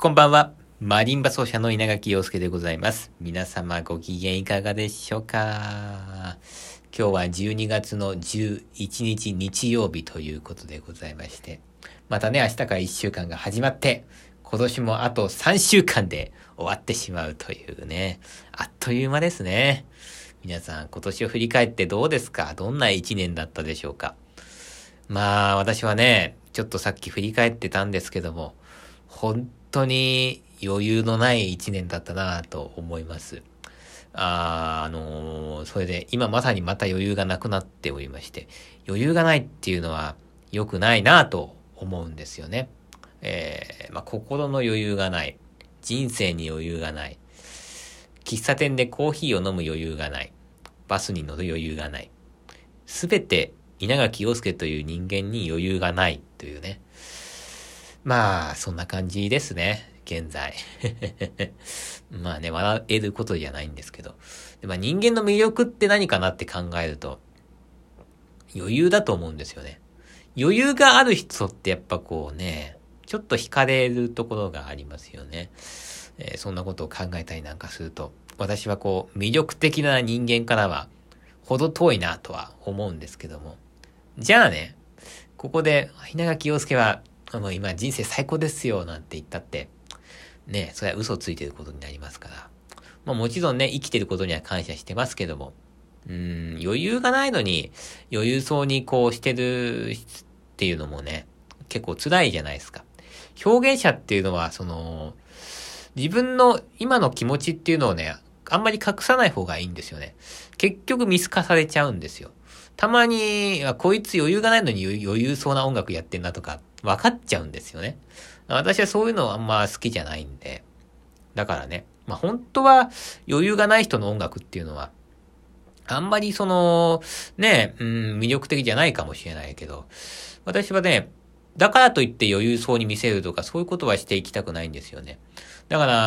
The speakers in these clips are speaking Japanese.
こんばんは。マリンバ奏者の稲垣陽介でございます。皆様ご機嫌いかがでしょうか。今日は12月の11日日曜日ということでございまして、またね、明日から1週間が始まって、今年もあと3週間で終わってしまうというね、あっという間ですね。皆さん今年を振り返ってどうですか？どんな1年だったでしょうか？まあ私はね、ちょっとさっき振り返ってたんですけども、本当に余裕のない一年だったなと思います。それで今まさにまた余裕がなくなっておりまして、余裕がないっていうのは良くないなと思うんですよね。心の余裕がない。人生に余裕がない。喫茶店でコーヒーを飲む余裕がない。バスに乗る余裕がない。すべて稲垣陽介という人間に余裕がないというね。まあ、そんな感じですね、現在。まあね、笑えることじゃないんですけど。で、人間の魅力って何かなって考えると、余裕だと思うんですよね。余裕がある人ってやっぱこうね、ちょっと惹かれるところがありますよね。そんなことを考えたりなんかすると、私はこう、魅力的な人間からは、ほど遠いなとは思うんですけども。じゃあね、ここで、稲垣陽介は、今人生最高ですよ、なんて言ったって、ね、それは嘘ついてることになりますから。もちろんね、生きてることには感謝してますけども、余裕がないのに、余裕そうにこうしてるっていうのもね、結構辛いじゃないですか。表現者っていうのは、自分の今の気持ちっていうのをね、あんまり隠さない方がいいんですよね。結局見透かされちゃうんですよ。たまに、こいつ余裕がないのに余裕そうな音楽やってんなとか、分かっちゃうんですよね。私はそういうのはあんま好きじゃないんで。だからね、本当は余裕がない人の音楽っていうのは、あんまり魅力的じゃないかもしれないけど、私はね、だからといって余裕そうに見せるとか、そういうことはしていきたくないんですよね。だから、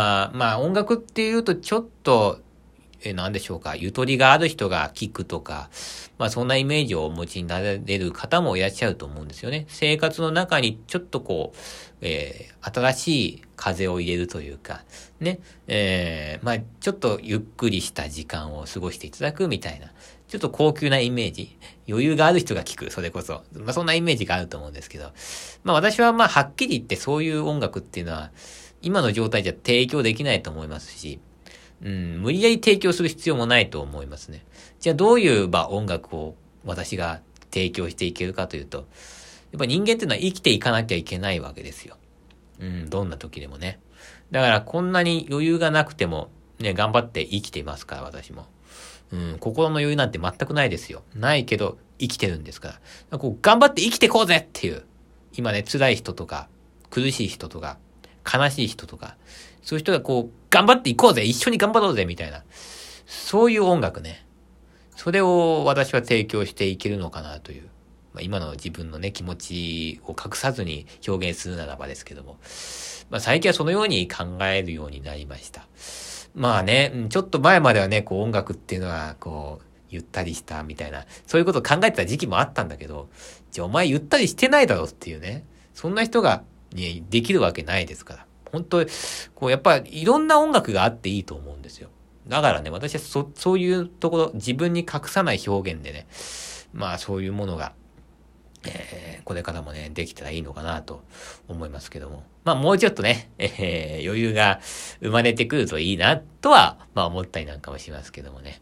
音楽っていうとちょっと、なんでしょうか、ゆとりがある人が聴くとか、そんなイメージをお持ちになれる方もいらっしゃると思うんですよね。生活の中にちょっとこう、新しい風を入れるというか、ね、ちょっとゆっくりした時間を過ごしていただくみたいな、ちょっと高級なイメージ、余裕がある人が聴く、それこそ。そんなイメージがあると思うんですけど、私ははっきり言ってそういう音楽っていうのは、今の状態じゃ提供できないと思いますし、無理やり提供する必要もないと思いますね。じゃあどういう音楽を私が提供していけるかというと、やっぱ人間っていうのは生きていかなきゃいけないわけですよ。どんな時でもね。だからこんなに余裕がなくても、ね、頑張って生きていますから、私も。心の余裕なんて全くないですよ。ないけど生きてるんですから。こう頑張って生きてこうぜっていう。今ね、辛い人とか、苦しい人とか、悲しい人とか、そういう人がこう、頑張っていこうぜ一緒に頑張ろうぜみたいな。そういう音楽ね。それを私は提供していけるのかなという。今の自分のね、気持ちを隠さずに表現するならばですけども。最近はそのように考えるようになりました。ちょっと前まではね、こう音楽っていうのは、こう、ゆったりしたみたいな、そういうことを考えてた時期もあったんだけど、じゃあお前ゆったりしてないだろっていうね。そんな人が、ね、できるわけないですから。本当こうやっぱりいろんな音楽があっていいと思うんですよ。だからね、私はそういうところ、自分に隠さない表現でね、そういうものが、これからもね、できたらいいのかなと思いますけども。もうちょっとね、余裕が生まれてくるといいなとは、思ったりなんかもしますけどもね。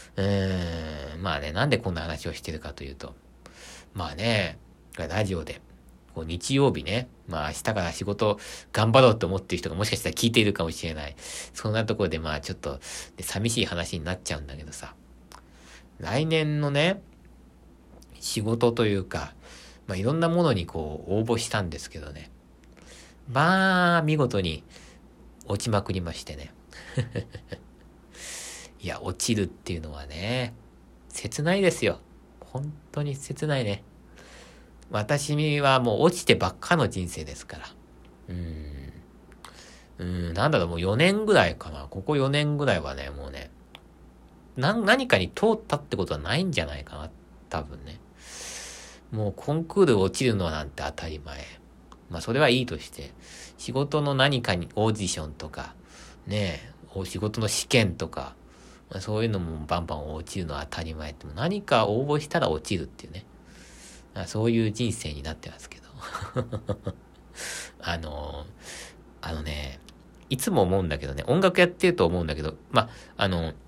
なんでこんな話をしてるかというと、ラジオで、日曜日ね、明日から仕事頑張ろうと思ってる人がもしかしたら聞いているかもしれない。そんなところでちょっと寂しい話になっちゃうんだけどさ。来年のね、仕事というか、いろんなものにこう応募したんですけどね。見事に落ちまくりましてね。いや、落ちるっていうのはね、切ないですよ。本当に切ないね。私はもう落ちてばっかの人生ですから。もう4年ぐらいかな。ここ4年ぐらいはね、もうね、何かに通ったってことはないんじゃないかな。多分ね。もうコンクール落ちるのなんて当たり前。 まあそれはいいとして、仕事の何かにオーディションとか、ねえ、仕事の試験とか、まあ、そういうのもバンバン落ちるのは当たり前って、何か応募したら落ちるっていうね。そういう人生になってますけど。ね、いつも思うんだけどね、音楽やってると思うんだけど、まあ、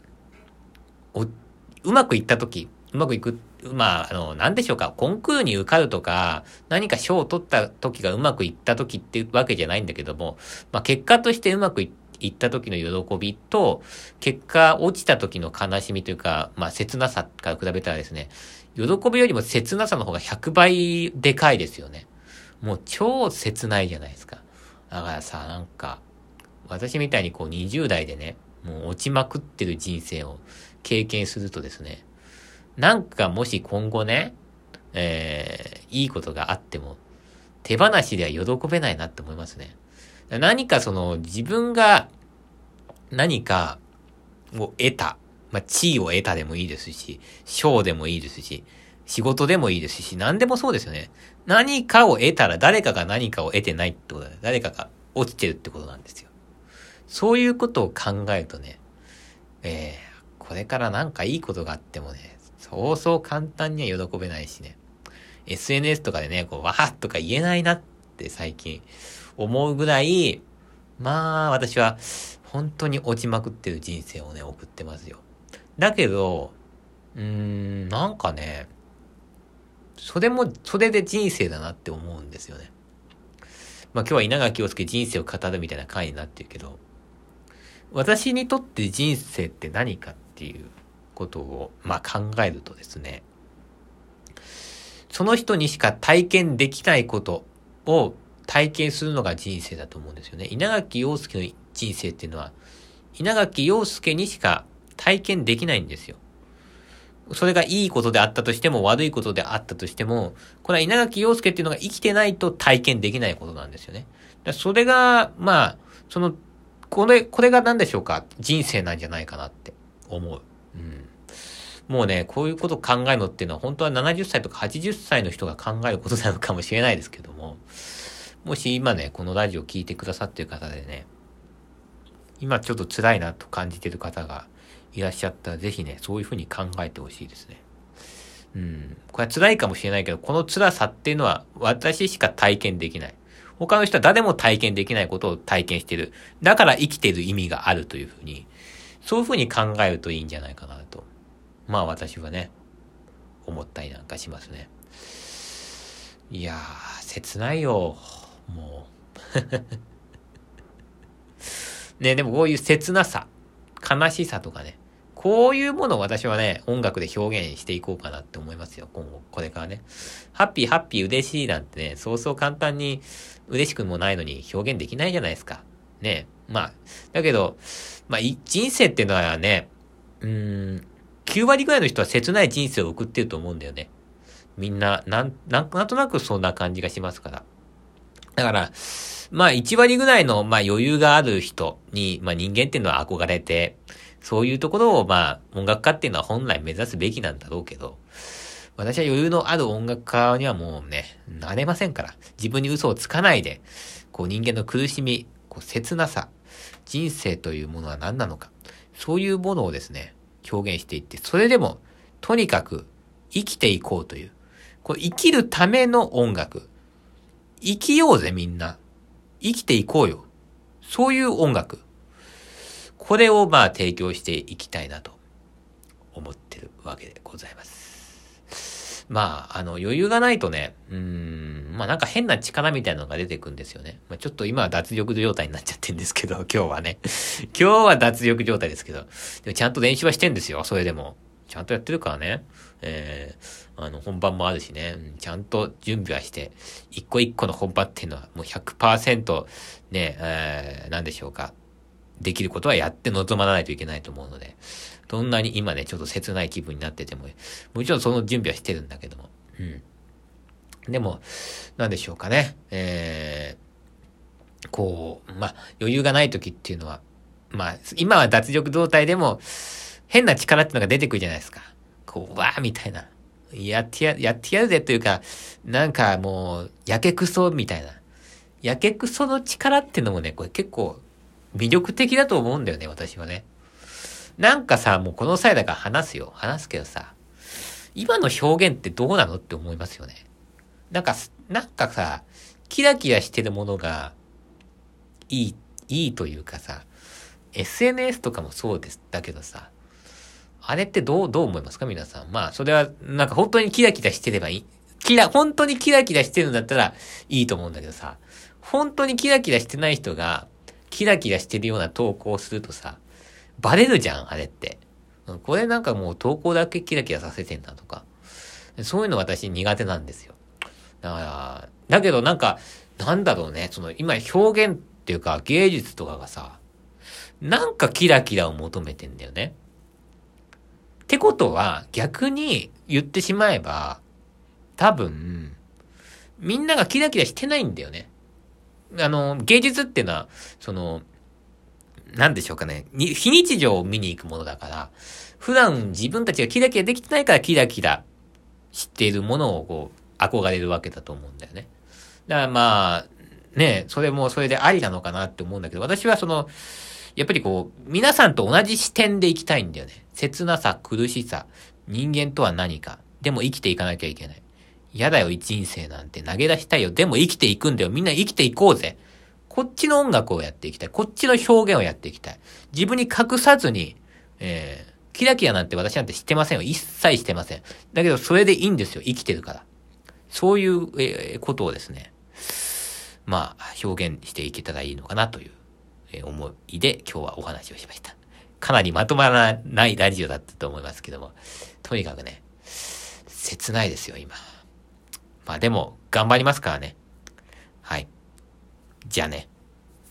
うまくいったとき、うまくいく、まあ、なんでしょうか、コンクールに受かるとか、何か賞を取った時がうまくいった時っていうわけじゃないんだけども、まあ、結果としてうまくいった時の喜びと、結果落ちた時の悲しみというか、まあ、切なさから比べたらですね、喜びよりも切なさの方が100倍でかいですよね。もう超切ないじゃないですか。だからさ、なんか、私みたいにこう20代でね、もう落ちまくってる人生を経験するとですね、なんかもし今後ね、いいことがあっても、手放しでは喜べないなって思いますね。何かその自分が何かを得た、まあ、地位を得たでもいいですし、賞でもいいですし、仕事でもいいですし、何でもそうですよね。何かを得たら誰かが何かを得てないってことだよ。誰かが落ちてるってことなんですよ。そういうことを考えるとね、これからなんかいいことがあってもね、そうそう簡単には喜べないしね。SNS とかでね、こう、わーっとか言えないなって最近思うぐらい、まあ私は本当に落ちまくってる人生をね、送ってますよ。だけど、なんかね、それで人生だなって思うんですよね。まあ今日は稲垣陽介人生を語るみたいな回になってるけど、私にとって人生って何かっていうことを、まあ考えるとですね、その人にしか体験できないことを体験するのが人生だと思うんですよね。稲垣陽介の人生っていうのは、稲垣陽介にしか体験できないんですよ。それがいいことであったとしても悪いことであったとしても、これは稲垣陽介っていうのが生きてないと体験できないことなんですよね。それが、まあ、これが何でしょうか、人生なんじゃないかなって思う。もうね、こういうことを考えるのっていうのは本当は70歳とか80歳の人が考えることなのかもしれないですけども、もし今ね、このラジオ聞いてくださっている方でね、今ちょっと辛いなと感じている方がいらっしゃったら、ぜひね、そういうふうに考えてほしいですね。これは辛いかもしれないけど、この辛さっていうのは私しか体験できない。他の人は誰も体験できないことを体験している。だから生きている意味があるというふうに、そういうふうに考えるといいんじゃないかなと。まあ私はね、思ったりなんかしますね。いやー、切ないよ。もう。ね、でもこういう切なさ、悲しさとかね、こういうものを私はね、音楽で表現していこうかなって思いますよ。今後、これからね。ハッピー嬉しいなんてね、そうそう簡単に嬉しくもないのに表現できないじゃないですか。ね。まあ、だけど、まあ、人生っていうのはね、9割ぐらいの人は切ない人生を送ってると思うんだよね。みんな、なんとなくそんな感じがしますから。だから、まあ1割ぐらいの、まあ余裕がある人に、まあ人間っていうのは憧れて、そういうところをまあ音楽家っていうのは本来目指すべきなんだろうけど、私は余裕のある音楽家にはもうね、なれませんから。自分に嘘をつかないで、こう人間の苦しみ、こう切なさ、人生というものは何なのか、そういうものをですね、表現していって、それでも、とにかく生きていこうという、こう生きるための音楽。生きようぜみんな。生きていこうよ。そういう音楽。これをまあ提供していきたいなと思ってるわけでございます。まあ、余裕がないとね、まあなんか変な力みたいなのが出てくるんですよね。まあちょっと今は脱力状態になっちゃってるんですけど、今日はね。今日は脱力状態ですけど、でもちゃんと練習はしてんですよ、それでも。ちゃんとやってるからね。本番もあるしね、ちゃんと準備はして、一個一個の本番っていうのはもう 100% ね、なんでしょうか。できることはやって臨まないといけないと思うので、どんなに今ね、ちょっと切ない気分になってても、もちろんその準備はしてるんだけども、でも、なんでしょうかね。こう、まあ、余裕がない時っていうのは、まあ、今は脱力状態でも、変な力っていうのが出てくるじゃないですか。こう、わーみたいな。やってやるぜというか、なんかもう、やけくそみたいな。 やけくその力ってのもね、これ結構魅力的だと思うんだよね、私はね。なんかさ、もうこの際だから話すけどさ、今の表現ってどうなのって思いますよね。なんかさ、キラキラしてるものがいいというかさ、SNS とかもそうです。だけどさ、あれってどう思いますか皆さん。まあ、それは、なんか本当にキラキラしてればいい。本当にキラキラしてるんだったらいいと思うんだけどさ、本当にキラキラしてない人が、キラキラしてるような投稿をするとさ、バレるじゃん、あれって。これなんかもう投稿だけキラキラさせてんだとか。そういうの私苦手なんですよ。だけどなんか、なんだろうね、その今表現っていうか芸術とかがさ、なんかキラキラを求めてんだよね。ってことは逆に言ってしまえば、多分、みんながキラキラしてないんだよね。芸術っていうのは、なんでしょうかね。非日常を見に行くものだから、普段自分たちがキラキラできてないからキラキラしているものをこう、憧れるわけだと思うんだよね。だからまあ、ね、それもそれでありなのかなって思うんだけど、私はやっぱりこう、皆さんと同じ視点で生きたいんだよね。切なさ、苦しさ、人間とは何か。でも生きていかなきゃいけない。嫌だよ、人生なんて投げ出したいよ。でも生きていくんだよ。みんな生きていこうぜ。こっちの音楽をやっていきたい。こっちの表現をやっていきたい。自分に隠さずに、キラキラなんて私なんて知ってませんよ。一切してません。だけど、それでいいんですよ。生きてるから。そういう、ことをですね、まあ、表現していけたらいいのかなという、思いで今日はお話をしました。かなりまとまらないラジオだったと思いますけども、とにかくね、切ないですよ、今。まあでも、頑張りますからね。はい。じゃあね。